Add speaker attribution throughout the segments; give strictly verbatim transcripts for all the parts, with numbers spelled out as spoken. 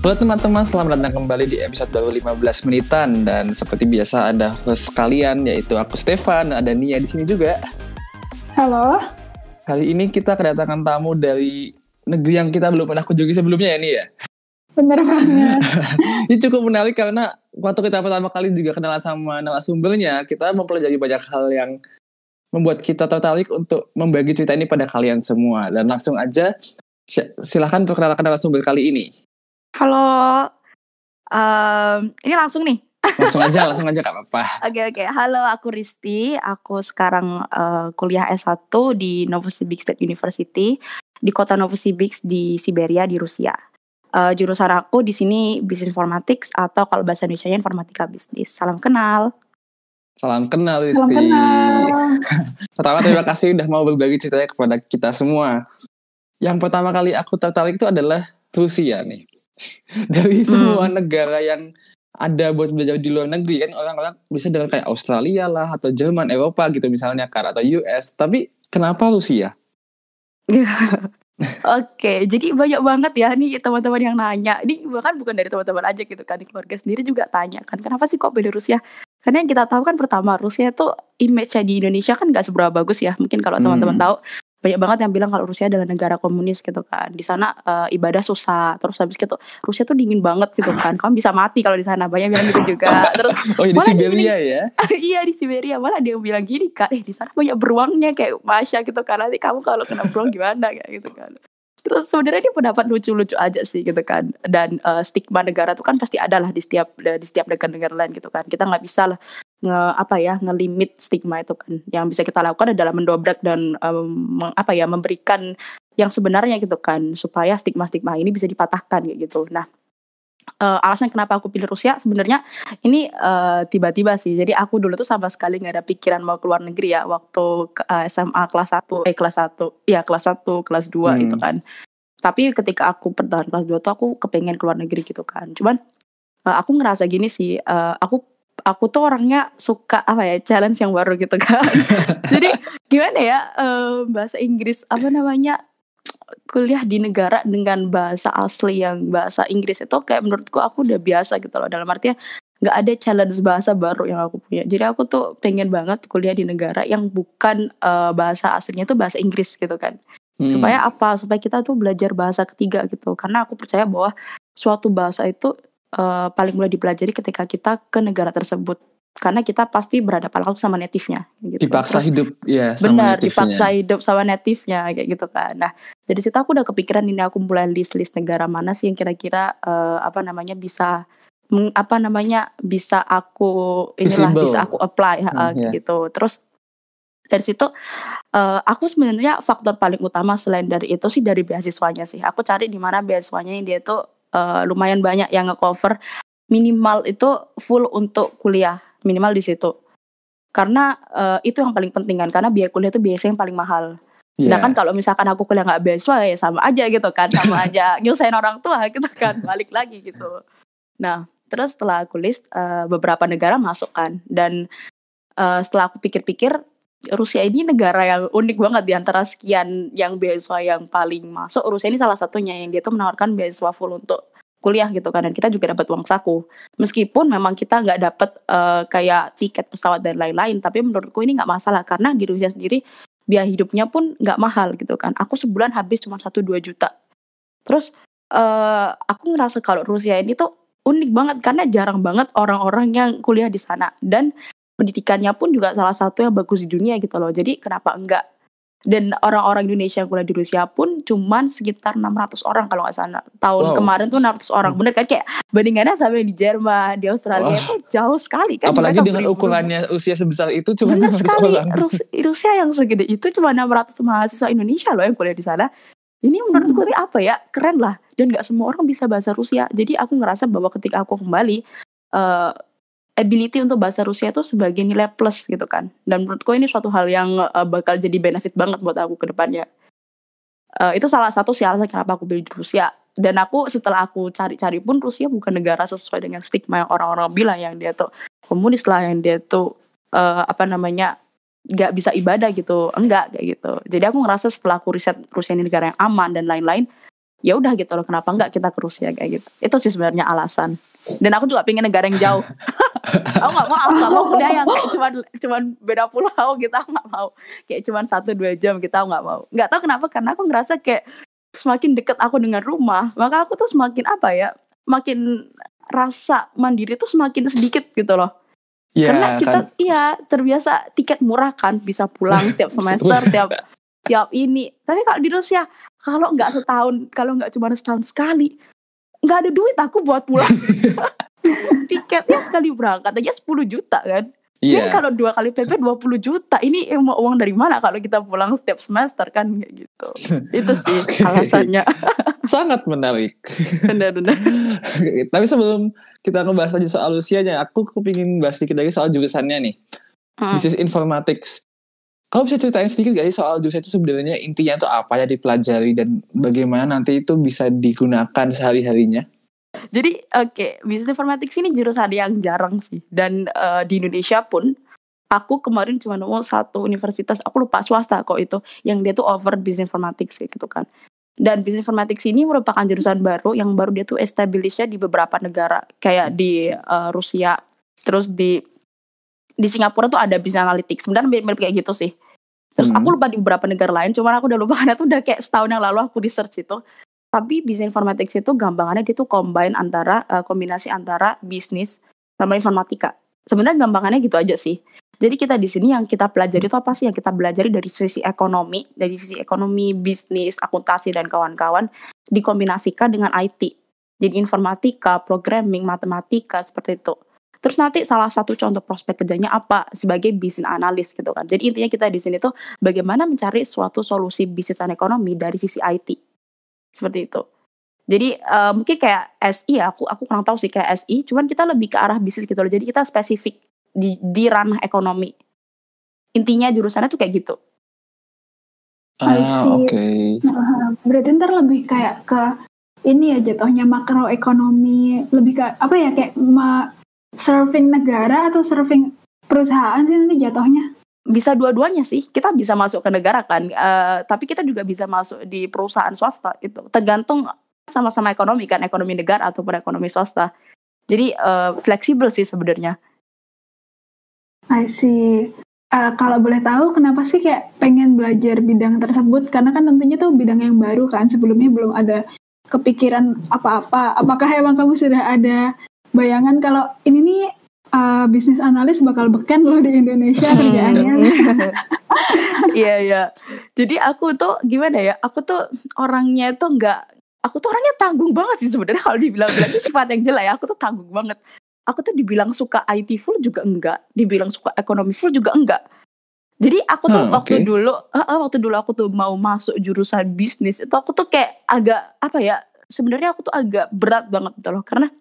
Speaker 1: Halo teman-teman, selamat datang kembali di episode baru lima belas menitan. Dan seperti biasa ada host kalian, yaitu aku Stefan, dan ada Nia di sini juga.
Speaker 2: Halo.
Speaker 1: Kali ini kita kedatangan tamu dari negeri yang kita belum pernah kunjungi sebelumnya ya, Nia ya?
Speaker 2: Bener banget.
Speaker 1: Ini cukup menarik karena waktu kita pertama kali juga kenalan sama narasumbernya, kita mempelajari banyak hal yang membuat kita tertarik untuk membagi cerita ini pada kalian semua. Dan langsung aja, silahkan perkenalkan narasumber kali ini.
Speaker 2: Halo, um, ini langsung nih.
Speaker 1: Langsung aja, langsung aja gak apa-apa.
Speaker 2: Oke oke, halo aku Risti, aku sekarang uh, kuliah S satu di Novosibirsk State University di kota Novosibirsk di Siberia di Rusia. Uh, jurusan aku di sini Business Informatics atau kalau bahasa Indonesianya Informatika Bisnis. Salam kenal.
Speaker 1: Salam kenal Risti.
Speaker 2: Salam kenal.
Speaker 1: Pertama terima kasih udah mau berbagi ceritanya kepada kita semua. Yang pertama kali aku tertarik itu adalah Rusia nih. Dari semua hmm. negara yang ada buat belajar di luar negeri kan orang-orang bisa dengan kayak Australia lah atau Jerman, Eropa gitu misalnya kan atau U S. Tapi kenapa Rusia?
Speaker 2: Oke, jadi banyak banget ya nih teman-teman yang nanya. Ini bahkan bukan dari teman-teman aja gitu kan, di keluarga sendiri juga tanya kan, kenapa sih kok pilih Rusia? Karena yang kita tahu kan pertama Rusia tuh image-nya di Indonesia kan nggak seberapa bagus ya. Mungkin kalau hmm. teman-teman tahu banyak banget yang bilang kalau Rusia adalah negara komunis gitu kan. Di sana uh, ibadah susah. Terus habis gitu Rusia tuh dingin banget gitu kan. Kamu bisa mati kalau di sana. Banyak bilang gitu juga. Terus
Speaker 1: oh di Siberia ya?
Speaker 2: Iya di Siberia. Malah dia bilang gini kan, eh di sana banyak beruangnya kayak Masya gitu kan. Nanti kamu kalau kena beruang gimana kayak gitu kan. Terus sebenarnya ini pendapat lucu-lucu aja sih gitu kan. Dan uh, stigma negara tuh kan pasti ada lah di setiap di setiap negara-negara lain gitu kan. Kita nggak bisa lah nge apa ya ngelimit stigma itu kan. Yang bisa kita lakukan adalah mendobrak dan um, apa ya memberikan yang sebenarnya gitu kan supaya stigma-stigma ini bisa dipatahkan kayak gitu. Nah, uh, alasan kenapa aku pilih Rusia sebenarnya ini uh, tiba-tiba sih. Jadi aku dulu tuh sama sekali nggak ada pikiran mau keluar negeri ya waktu uh, S M A kelas satu eh kelas satu ya kelas satu kelas dua hmm. gitu kan. Tapi ketika aku pertengahan kelas dua tuh aku kepengen keluar negeri gitu kan. Cuman uh, aku ngerasa gini sih, uh, aku aku tuh orangnya suka apa ya challenge yang baru gitu kan. Jadi gimana ya uh, bahasa Inggris apa namanya kuliah di negara dengan bahasa asli yang bahasa Inggris itu kayak menurutku aku udah biasa gitu loh. Dalam artinya nggak ada challenge bahasa baru yang aku punya. Jadi aku tuh pengen banget kuliah di negara yang bukan uh, bahasa aslinya tuh bahasa Inggris gitu kan. Hmm. Supaya apa? Supaya kita tuh belajar bahasa ketiga gitu. Karena aku percaya bahwa suatu bahasa itu Uh, paling mulai dipelajari ketika kita ke negara tersebut karena kita pasti berhadapan langsung sama native-nya gitu.
Speaker 1: Dipaksa Terus, hidup ya sama
Speaker 2: benar,
Speaker 1: native-nya.
Speaker 2: Dipaksa hidup sama native-nya kayak gitu kan. Nah, dari situ aku udah kepikiran ini aku mulai list-list negara mana sih yang kira-kira uh, apa namanya bisa meng, apa namanya bisa aku inilah Visible. bisa aku apply hmm, uh, yeah. gitu. Terus dari situ uh, aku sebenarnya faktor paling utama selain dari itu sih dari beasiswanya sih. Aku cari di mana beasiswanya yang dia tuh Uh, lumayan banyak yang nge-cover minimal itu full untuk kuliah minimal di situ karena uh, itu yang paling penting kan karena biaya kuliah itu biasanya yang paling mahal. Sedangkan yeah. kalau misalkan aku kuliah nggak beasiswa ya sama aja gitu kan sama aja nyusahin orang tua gitu kan balik lagi gitu. Nah terus setelah aku list uh, beberapa negara masuk kan dan uh, setelah aku pikir-pikir Rusia ini negara yang unik banget di antara sekian yang beasiswa yang paling masuk. Rusia ini salah satunya yang dia tuh menawarkan beasiswa full untuk kuliah gitu kan. Dan kita juga dapat uang saku. Meskipun memang kita nggak dapat uh, kayak tiket pesawat dan lain-lain. Tapi menurutku ini nggak masalah karena di Rusia sendiri biaya hidupnya pun nggak mahal gitu kan. Aku sebulan habis cuma satu sampai dua juta. Terus uh, aku ngerasa kalau Rusia ini tuh unik banget karena jarang banget orang-orang yang kuliah di sana. Dan pendidikannya pun juga salah satu yang bagus di dunia gitu loh. Jadi kenapa enggak? Dan orang-orang Indonesia yang kuliah di Rusia pun cuman sekitar enam ratus orang kalau nggak salah. Tahun wow. kemarin tuh enam ratus orang. Bener kan kayak bandingannya sama di Jerman, di Australia itu wow. jauh sekali kan.
Speaker 1: Apalagi dengan ukurannya usia sebesar itu cuma
Speaker 2: enam ratus sekali.
Speaker 1: orang.
Speaker 2: Rus- Rusia yang segede itu cuma enam ratus mahasiswa Indonesia loh yang kuliah di sana. Ini menurutku ini apa ya? Keren lah. Dan nggak semua orang bisa bahasa Rusia. Jadi aku ngerasa bahwa ketika aku kembali uh, ability untuk bahasa Rusia itu sebagai nilai plus gitu kan. Dan menurutku ini suatu hal yang uh, bakal jadi benefit banget buat aku ke depannya. Uh, itu salah satu sih alasan kenapa aku pilih di Rusia. Dan aku setelah aku cari-cari pun Rusia bukan negara sesuai dengan stigma yang orang-orang bilang yang dia tuh komunis lah, yang dia tuh uh, apa namanya gak bisa ibadah gitu. Enggak kayak gitu. Jadi aku ngerasa setelah aku riset Rusia ini negara yang aman dan lain-lain, ya udah gitu loh, kenapa enggak kita ke Rusia kayak gitu. Itu sih sebenarnya alasan. Dan aku juga pengen negara yang jauh. Aku nggak mau, aku nggak mau kuliah yang kayak cuman cuman beda pulau gitu, aku nggak mau. Kayak cuman satu dua jam kita gitu, nggak mau. Nggak tahu kenapa, karena aku ngerasa kayak semakin dekat aku dengan rumah, maka aku tuh semakin apa ya, makin rasa mandiri tuh semakin sedikit gitu loh. Yeah, karena kita kan, iya terbiasa tiket murah kan, bisa pulang setiap semester, tiap tiap ini. Tapi kalau di Rusia, kalau nggak setahun, kalau nggak cuma setahun sekali, nggak ada duit aku buat pulang. Tiketnya sekali berangkat aja sepuluh juta kan. Yeah. Ini kalau dua kali P P dua puluh juta. Ini mau uang dari mana kalau kita pulang setiap semester kan kayak gitu. Itu sih okay. alasannya.
Speaker 1: Sangat menarik.
Speaker 2: Benar-benar.
Speaker 1: Tapi sebelum kita ngebahas lagi soal usianya, aku kepingin bahas sedikit lagi soal jurusannya nih. Hmm. Business Informatics. Kamu bisa ceritain sedikit gak sih soal jurusan itu sebenarnya intinya itu apa ya dipelajari dan bagaimana nanti itu bisa digunakan sehari-harinya?
Speaker 2: Jadi oke, okay, Business Informatics ini jurusan yang jarang sih. Dan uh, di Indonesia pun, aku kemarin cuma nemu satu universitas, aku lupa swasta kok itu, yang dia tuh offer Business Informatics kayak gitu kan. Dan Business Informatics ini merupakan jurusan baru yang baru dia tuh establish-nya di beberapa negara. Kayak di uh, Rusia, terus di di Singapura tuh ada Business Analytics. Sebenarnya mirip-mirip kayak gitu sih. Terus hmm. aku lupa di beberapa negara lain, cuman aku udah lupa karena tuh udah kayak setahun yang lalu aku research itu. Tapi Business Informatics itu gampangannya dia tuh combine antara uh, kombinasi antara bisnis sama informatika. Sebenarnya gampangannya gitu aja sih. Jadi kita di sini yang kita pelajari itu apa sih? Yang kita pelajari dari sisi ekonomi, dari sisi ekonomi, bisnis, akuntansi dan kawan-kawan dikombinasikan dengan I T. Jadi informatika, programming, matematika seperti itu. Terus nanti salah satu contoh prospek kerjanya apa? Sebagai business analyst gitu kan. Jadi intinya kita di sini tuh bagaimana mencari suatu solusi bisnis dan ekonomi dari sisi I T. Seperti itu. Jadi uh, mungkin kayak S I ya, aku aku kurang tahu sih kayak S I, cuman kita lebih ke arah bisnis gitu loh. Jadi kita spesifik di di ranah ekonomi. Intinya jurusannya tuh kayak gitu.
Speaker 3: Ah, oke. Okay. Nah, berarti ntar lebih kayak ke ini ya jatuhnya makroekonomi, lebih ke apa ya kayak ma- serving negara atau serving perusahaan sih nanti jatuhnya?
Speaker 2: Bisa dua-duanya sih, kita bisa masuk ke negara kan, uh, tapi kita juga bisa masuk di perusahaan swasta itu, tergantung sama-sama ekonomi kan, ekonomi negara ataupun ekonomi swasta. Jadi uh, fleksibel sih sebenarnya.
Speaker 3: I see. Uh, kalau boleh tahu kenapa sih kayak pengen belajar bidang tersebut? Karena kan tentunya tuh bidang yang baru kan, sebelumnya belum ada kepikiran apa-apa. Apakah emang kamu sudah ada bayangan kalau ini nih Uh, bisnis analis bakal beken loh di Indonesia kerjaannya?
Speaker 2: Iya iya. Jadi aku tuh gimana ya? Aku tuh orangnya tuh nggak. Aku tuh orangnya tanggung banget sih sebenarnya kalau dibilang-bilang itu sifat yang jelek ya. Aku tuh tanggung banget. Aku tuh dibilang suka I T full juga enggak. Dibilang suka ekonomi full juga enggak. Jadi aku tuh hmm, waktu okay. dulu, uh, waktu dulu aku tuh mau masuk jurusan bisnis itu aku tuh kayak agak apa ya? Sebenarnya aku tuh agak berat banget gitu loh. Karena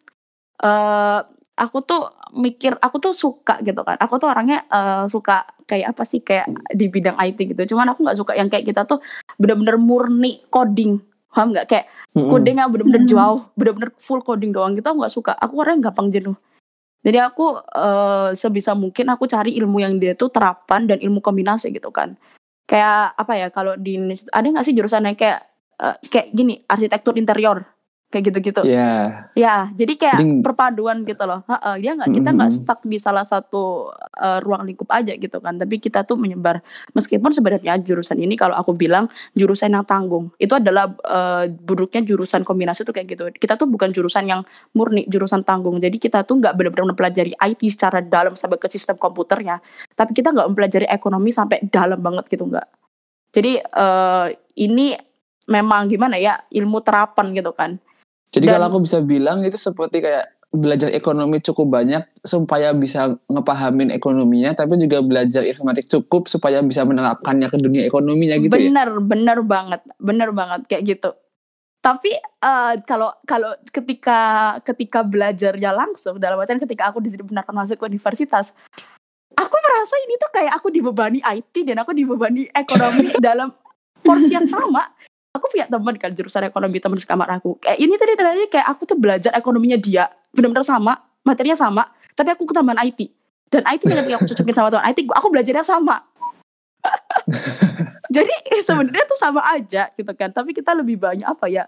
Speaker 2: uh, aku tuh mikir, aku tuh suka gitu kan. Aku tuh orangnya uh, suka kayak apa sih, kayak di bidang I T gitu. Cuman aku gak suka yang kayak kita tuh bener-bener murni coding. Paham gak? Kayak mm-hmm. coding yang bener-bener jauh, bener-bener full coding doang gitu aku gak suka. Aku orangnya gampang jenuh. Jadi aku uh, sebisa mungkin aku cari ilmu yang dia tuh terapan dan ilmu kombinasi gitu kan. Kayak apa ya, kalau di Indonesia ada gak sih jurusan yang kayak uh, kayak gini, arsitektur interior kayak gitu-gitu.
Speaker 1: Iya.
Speaker 2: Yeah. Ya, jadi kayak Ding. perpaduan gitu loh. Heeh, dia enggak kita enggak mm-hmm. stuck di salah satu uh, ruang lingkup aja gitu kan. Tapi kita tuh menyebar. Meskipun sebenarnya jurusan ini kalau aku bilang jurusan yang tanggung. Itu adalah uh, buruknya jurusan kombinasi tuh kayak gitu. Kita tuh bukan jurusan yang murni, jurusan tanggung. Jadi kita tuh enggak benar-benar mempelajari I T secara dalam sampai ke sistem komputernya. Tapi kita enggak mempelajari ekonomi sampai dalam banget gitu enggak. Jadi uh, ini memang gimana ya, ilmu terapan gitu kan.
Speaker 1: Jadi Dan, kalau aku bisa bilang itu seperti kayak belajar ekonomi cukup banyak supaya bisa ngepahamin ekonominya, tapi juga belajar informatik cukup supaya bisa menerapkannya ke dunia ekonominya gitu
Speaker 2: bener,
Speaker 1: ya.
Speaker 2: Bener, bener banget, bener banget kayak gitu. Tapi uh, kalau kalau ketika ketika belajarnya langsung, dalam artian ketika aku dibenarkan masuk ke universitas, aku merasa ini tuh kayak aku dibebani I T dan aku dibebani ekonomi dalam porsi yang sama. Aku punya teman kan jurusan ekonomi, teman sekamar aku. Kayak ini tadi tadi kayak aku tuh belajar ekonominya dia, benar-benar sama, materinya sama, tapi aku ketambahan I T. Dan I T ketika aku cocokin sama teman I T, aku belajarnya sama. Jadi sebenarnya tuh sama aja gitu kan, tapi kita lebih banyak apa ya?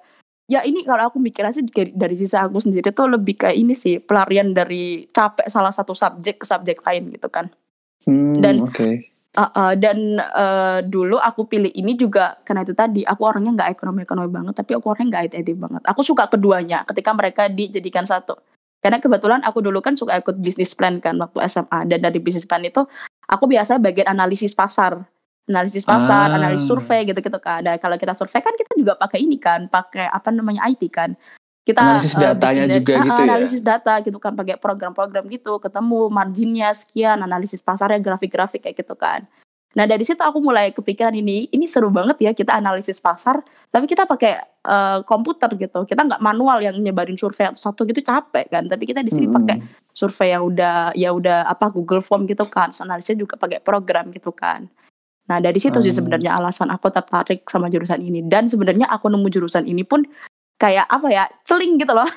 Speaker 2: Ya ini kalau aku mikirnya sih dari, dari sisi aku sendiri tuh lebih kayak ini sih, pelarian dari capek salah satu subjek ke subjek lain gitu kan.
Speaker 1: Hmm,
Speaker 2: Dan
Speaker 1: oke. Okay.
Speaker 2: Uh, uh, dan uh, dulu aku pilih ini juga karena itu tadi aku orangnya nggak ekonomi-ekonomi banget, tapi aku orangnya nggak I T banget. Aku suka keduanya ketika mereka dijadikan satu. Karena kebetulan aku dulu kan suka ikut bisnis plan kan waktu S M A, dan dari bisnis plan itu aku biasa bagian analisis pasar, analisis pasar,
Speaker 1: Ah.
Speaker 2: analisis survei gitu-gitu kan. Dan kalau kita survei kan kita juga pakai ini kan, pakai apa namanya I T kan. Kita
Speaker 1: analisis datanya
Speaker 2: uh,
Speaker 1: juga
Speaker 2: uh,
Speaker 1: gitu ya.
Speaker 2: Analisis data gitu kan, pakai program-program gitu, ketemu marginnya sekian, analisis pasarnya, grafik-grafik kayak gitu kan. Nah dari situ aku mulai kepikiran ini, ini seru banget ya kita analisis pasar, tapi kita pakai uh, komputer gitu. Kita nggak manual yang nyebarin survei satu gitu, capek kan. Tapi kita di sini
Speaker 1: Hmm.
Speaker 2: pakai survei yang udah ya udah apa Google Form gitu kan. So, analisisnya juga pakai program gitu kan. Nah dari situ sih
Speaker 1: Hmm.
Speaker 2: sebenarnya alasan aku tertarik sama jurusan ini. Dan sebenarnya aku nemu jurusan ini pun kayak apa ya, celing gitu loh.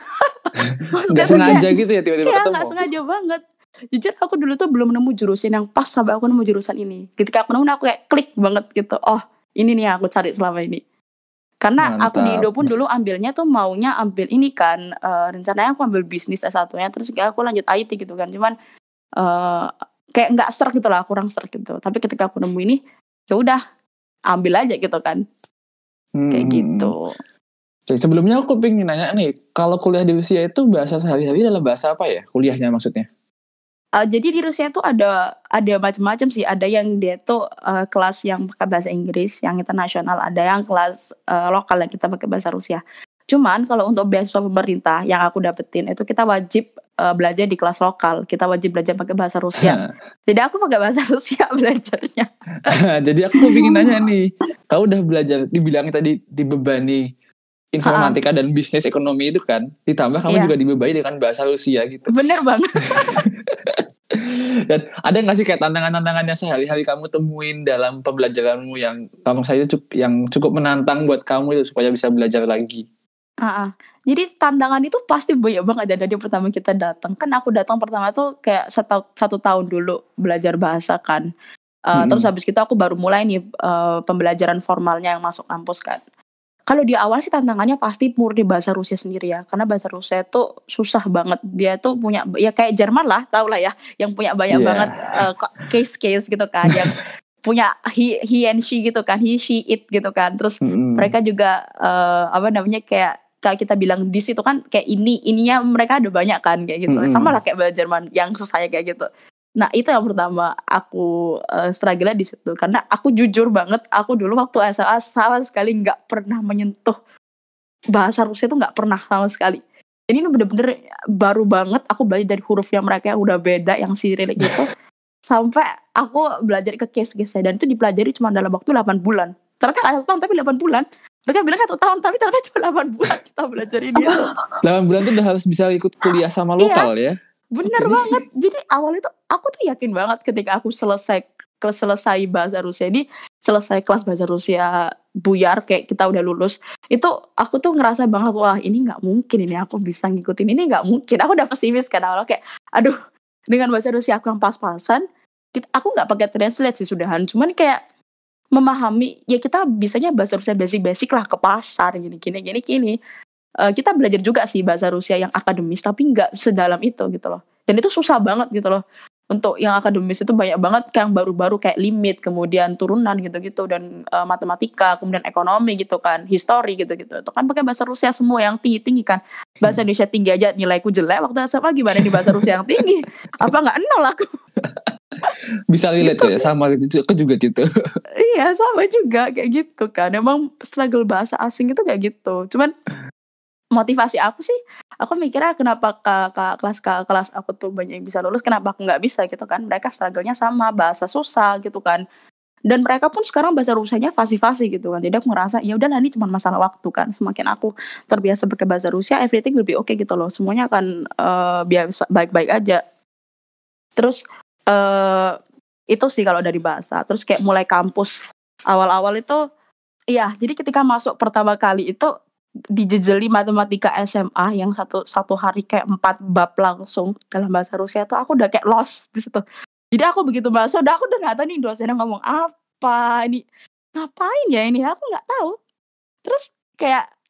Speaker 1: Nggak sengaja gitu ya tiba-tiba
Speaker 2: iya,
Speaker 1: ketemu.
Speaker 2: Nggak sengaja banget. Jujur aku dulu tuh belum nemu jurusan yang pas sampai aku nemu jurusan ini. Ketika aku nemu aku kayak klik banget gitu. Oh ini nih yang aku cari selama ini. Karena
Speaker 1: Mantap.
Speaker 2: aku di Indo pun dulu ambilnya tuh maunya ambil ini kan. Uh, rencananya aku ambil bisnis S satu-nya. Terus kayak aku lanjut I T gitu kan. Cuman uh, kayak nggak serk gitu lah, kurang serk gitu. Tapi ketika aku nemu ini, ya udah ambil aja gitu kan.
Speaker 1: Hmm.
Speaker 2: Kayak gitu.
Speaker 1: Oke, sebelumnya aku pengen nanya nih, kalau kuliah di Rusia itu bahasa sehari-hari adalah bahasa apa ya? Kuliahnya maksudnya?
Speaker 2: Uh, jadi di Rusia tuh ada ada macam-macam sih. Ada yang dia tuh uh, kelas yang pakai bahasa Inggris, yang internasional. Ada yang kelas uh, lokal yang kita pakai bahasa Rusia. Cuman kalau untuk beasiswa pemerintah yang aku dapetin itu kita wajib uh, belajar di kelas lokal. Kita wajib belajar pakai bahasa Rusia. Jadi aku pakai bahasa Rusia belajarnya.
Speaker 1: Jadi aku pengen nanya nih, kau udah belajar, dibilang tadi dibebani informatika Ha-ha. dan bisnis ekonomi itu kan, ditambah kamu yeah. juga dibebani dengan bahasa Rusia gitu.
Speaker 2: Bener banget.
Speaker 1: Dan ada nggak sih kayak tantangan-tantangannya sehari-hari kamu temuin dalam pembelajaranmu yang kamu saya cukup yang cukup menantang buat kamu itu supaya bisa belajar lagi?
Speaker 2: Uh-uh. Jadi tantangan itu pasti banyak banget dari pertama kita datang. Kan aku datang pertama tuh kayak satu, satu tahun dulu belajar bahasa kan. Uh, hmm. Terus habis itu aku baru mulai nih uh, pembelajaran formalnya yang masuk kampus kan. Kalau di awal sih tantangannya pasti murni bahasa Rusia sendiri ya. Karena bahasa Rusia itu susah banget. Dia tuh punya, ya kayak Jerman lah, tau lah ya. Yang punya banyak yeah. banget uh, case-case gitu kan. Yang punya he, he and she gitu kan. He, she, it gitu kan. Terus mm-hmm. mereka juga, uh, apa namanya, kayak kalau kita bilang this itu kan kayak ini. Ininya mereka ada banyak kan kayak gitu. Mm-hmm. Sama lah kayak bahasa Jerman yang susahnya kayak gitu. Nah itu yang pertama aku uh, struggle di situ, karena aku jujur banget aku dulu waktu S M A sama sekali nggak pernah menyentuh bahasa Rusia itu, nggak pernah sama sekali. Jadi ini bener-bener baru banget aku belajar dari huruf yang mereka yang udah beda, yang Cyrillic gitu sampai aku belajar ke case-case dan itu dipelajari cuma dalam waktu delapan bulan. Ternyata nggak satu tahun tapi delapan bulan. Mereka bilang satu tahun tapi ternyata cuma delapan bulan kita belajar ini.
Speaker 1: delapan bulan tuh udah harus bisa ikut kuliah sama lokal
Speaker 2: iya.
Speaker 1: ya.
Speaker 2: Bener okay. banget. Jadi awal itu aku tuh yakin banget ketika aku selesai selesai bahasa Rusia ini, selesai kelas bahasa Rusia buyar kayak kita udah lulus, itu aku tuh ngerasa banget wah ini nggak mungkin ini aku bisa ngikutin ini, nggak mungkin. Aku udah pesimis kan awal kayak aduh dengan bahasa Rusia aku yang pas-pasan, aku nggak pakai translate sih sudahan, cuman kayak memahami ya kita bisanya bahasa Rusia basic-basic lah ke pasar gini gini gini gini. Uh, kita belajar juga sih bahasa Rusia yang akademis tapi nggak sedalam itu gitu loh, dan itu susah banget gitu loh. Untuk yang akademis itu banyak banget yang baru-baru kayak limit, kemudian turunan gitu-gitu, dan uh, matematika, kemudian ekonomi gitu kan, history gitu-gitu. Itu kan pakai bahasa Rusia semua yang tinggi-tinggi kan. Bahasa Indonesia tinggi aja nilaiku jelek waktu S M A, gimana nih bahasa Rusia yang tinggi? Apa nggak nol aku?
Speaker 1: Bisa relate gitu. Ya sama gitu, aku juga gitu.
Speaker 2: Iya sama juga kayak gitu kan. Emang struggle bahasa asing itu kayak gitu. Cuman motivasi aku sih, aku mikirnya kenapa ke, ke kelas ke kelas aku tuh banyak yang bisa lulus, kenapa aku nggak bisa gitu kan? Mereka struggle-nya sama, bahasa susah gitu kan. Dan mereka pun sekarang bahasa Rusianya fasih-fasih gitu kan. Jadi aku ngerasa ya udahlah ini cuma masalah waktu kan. Semakin aku terbiasa pakai bahasa Rusia, everything will be okay gitu loh. Semuanya akan uh, biasa baik-baik aja. Terus uh, itu sih kalau dari bahasa. Terus kayak mulai kampus awal-awal itu, iya. Jadi ketika masuk pertama kali itu dijejeli matematika S M A yang satu satu hari kayak empat bab langsung dalam bahasa Rusia tuh aku udah kayak lost di situ. Jadi aku begitu masuk, udah aku udah nggak tahu nih dosennya ngomong apa ini, ngapain ya ini, aku nggak tahu. Terus kayak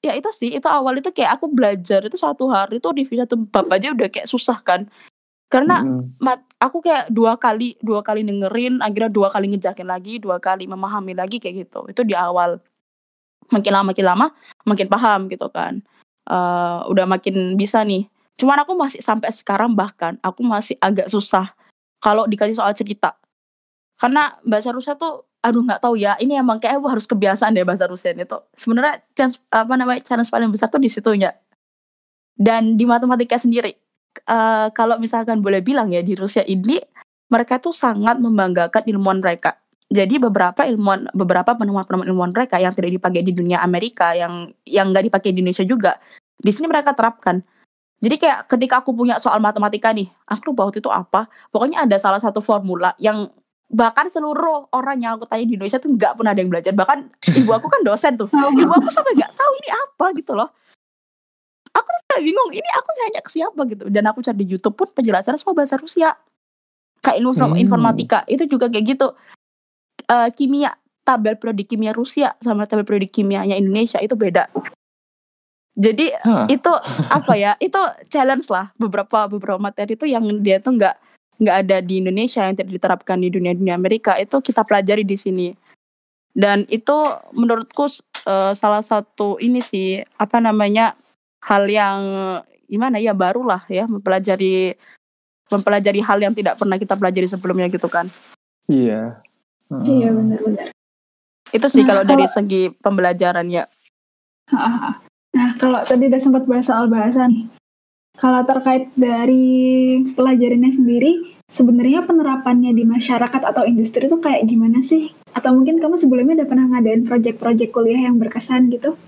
Speaker 2: ya itu sih, itu awal itu kayak aku belajar itu satu hari itu review satu bab aja udah kayak susah kan. Karena
Speaker 1: Mm-mm.
Speaker 2: mat, aku kayak dua kali dua kali dengerin, akhirnya dua kali ngejakin lagi, dua kali memahami lagi kayak gitu. Itu di awal. Makin lama makin lama makin paham gitu kan. Uh, udah makin bisa nih. Cuman aku masih sampai sekarang bahkan aku masih agak susah kalau dikasih soal cerita. Karena bahasa Rusia tuh aduh nggak tahu ya, ini emang kayak aku harus kebiasaan deh bahasa Rusia itu. Sebenarnya chance apa namanya challenge paling besar tuh di situnya. Dan di matematika sendiri. Uh, kalau misalkan boleh bilang ya di Rusia ini mereka tuh sangat membanggakan ilmuwan mereka. Jadi beberapa ilmuwan beberapa penemuan-penemuan ilmuwan mereka yang tidak dipakai di dunia Amerika, yang yang nggak dipakai di Indonesia juga, di sini mereka terapkan. Jadi kayak ketika aku punya soal matematika nih, aku lupa waktu itu apa, pokoknya ada salah satu formula yang bahkan seluruh orang yang aku tanya di Indonesia tuh nggak pernah ada yang belajar. Bahkan ibu aku kan dosen tuh, ibu aku sampai nggak tahu ini apa gitu loh. Aku tuh sampai bingung, ini aku nanya ke siapa gitu. Dan aku cari di YouTube pun penjelasannya semua bahasa Rusia. Kayak ilmu
Speaker 1: Hmm.
Speaker 2: informatika itu juga kayak gitu. Uh, kimia, tabel periodik kimia Rusia sama tabel periodik kimianya Indonesia itu beda. Jadi
Speaker 1: Huh.
Speaker 2: itu apa ya? Itu challenge lah, beberapa beberapa materi itu yang dia tuh nggak nggak ada di Indonesia, yang tidak diterapkan di dunia-dunia Amerika, itu kita pelajari di sini. Dan itu menurutku uh, salah satu ini sih apa namanya hal yang gimana ya, baru lah ya, mempelajari mempelajari hal yang tidak pernah kita pelajari sebelumnya gitu kan.
Speaker 1: Iya. Hmm.
Speaker 3: Iya benar-benar.
Speaker 2: Itu sih
Speaker 3: Nah,
Speaker 2: kalau dari
Speaker 3: kalau-
Speaker 2: segi pembelajaran ya.
Speaker 3: Nah, kalau tadi udah sempat bahas soal bahasa nih, kalau terkait dari pelajarannya sendiri, sebenarnya penerapannya di masyarakat atau industri itu kayak gimana sih? Atau mungkin kamu sebelumnya udah pernah ngadain proyek-proyek kuliah yang berkesan gitu?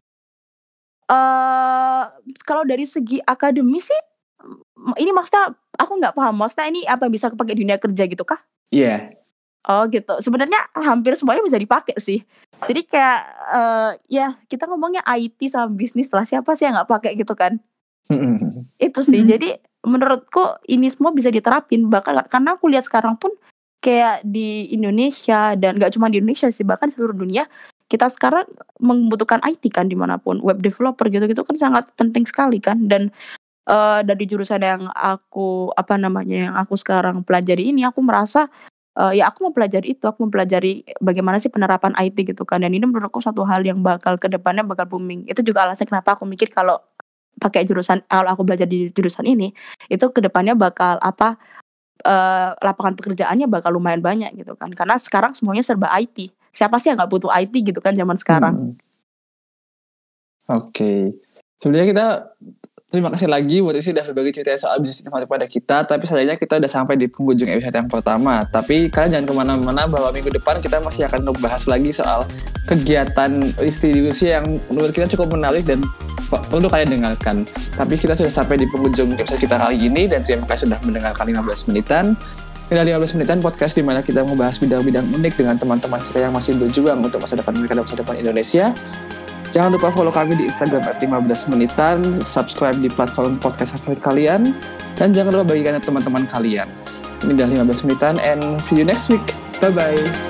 Speaker 2: Uh, kalau dari segi akademis sih, ini maksudnya aku nggak paham. Maksudnya ini apa bisa pakai dunia kerja gitu kah?
Speaker 1: Iya.
Speaker 2: Oh gitu. Sebenarnya hampir semuanya bisa dipakai sih. Jadi kayak uh, ya kita ngomongnya I T sama bisnis lah. Siapa sih yang nggak pakai gitu kan?
Speaker 1: Mm-mm.
Speaker 2: Itu sih.
Speaker 3: Hmm.
Speaker 2: Jadi menurutku ini semua bisa diterapin. Bahkan karena aku lihat sekarang pun kayak di Indonesia dan nggak cuma di Indonesia sih, bahkan seluruh dunia kita sekarang membutuhkan I T kan dimanapun. Web developer gitu-gitu kan sangat penting sekali kan. Dan uh, dari jurusan yang aku apa namanya yang aku sekarang pelajari ini, aku merasa Uh, ya aku mau pelajari itu, aku mau pelajari bagaimana sih penerapan I T gitu kan. Dan ini menurutku satu hal yang bakal kedepannya bakal booming. Itu juga alasan kenapa aku mikir kalau pakai jurusan, kalau aku belajar di jurusan ini, itu kedepannya bakal apa uh, lapangan pekerjaannya bakal lumayan banyak gitu kan. Karena sekarang semuanya serba I T. Siapa sih yang nggak butuh I T gitu kan zaman sekarang?
Speaker 1: Hmm. Oke. Okay. Sebenarnya kita terima kasih lagi buat Isi udah berbagi cerita soal bisnis informatik pada kita. Tapi sayangnya kita udah sampai di penghujung episode yang pertama. Tapi kalian jangan kemana-mana, bahwa minggu depan kita masih akan membahas lagi soal kegiatan Isi di Rusia yang menurut kita cukup menarik dan perlu kalian dengarkan. Tapi kita sudah sampai di penghujung episode kita kali ini, dan terima kasih sudah mendengarkan lima belas menitan. Ini lima belas menitan podcast di mana kita membahas bidang-bidang unik dengan teman-teman kita yang masih berjuang untuk masa depan mereka dan masa depan Indonesia. Jangan lupa follow kami di Instagram at lima belas menitan, subscribe di platform podcast favorit kalian, dan jangan lupa bagikan ke teman-teman kalian. Ini adalah lima belas menitan, and see you next week. Bye-bye.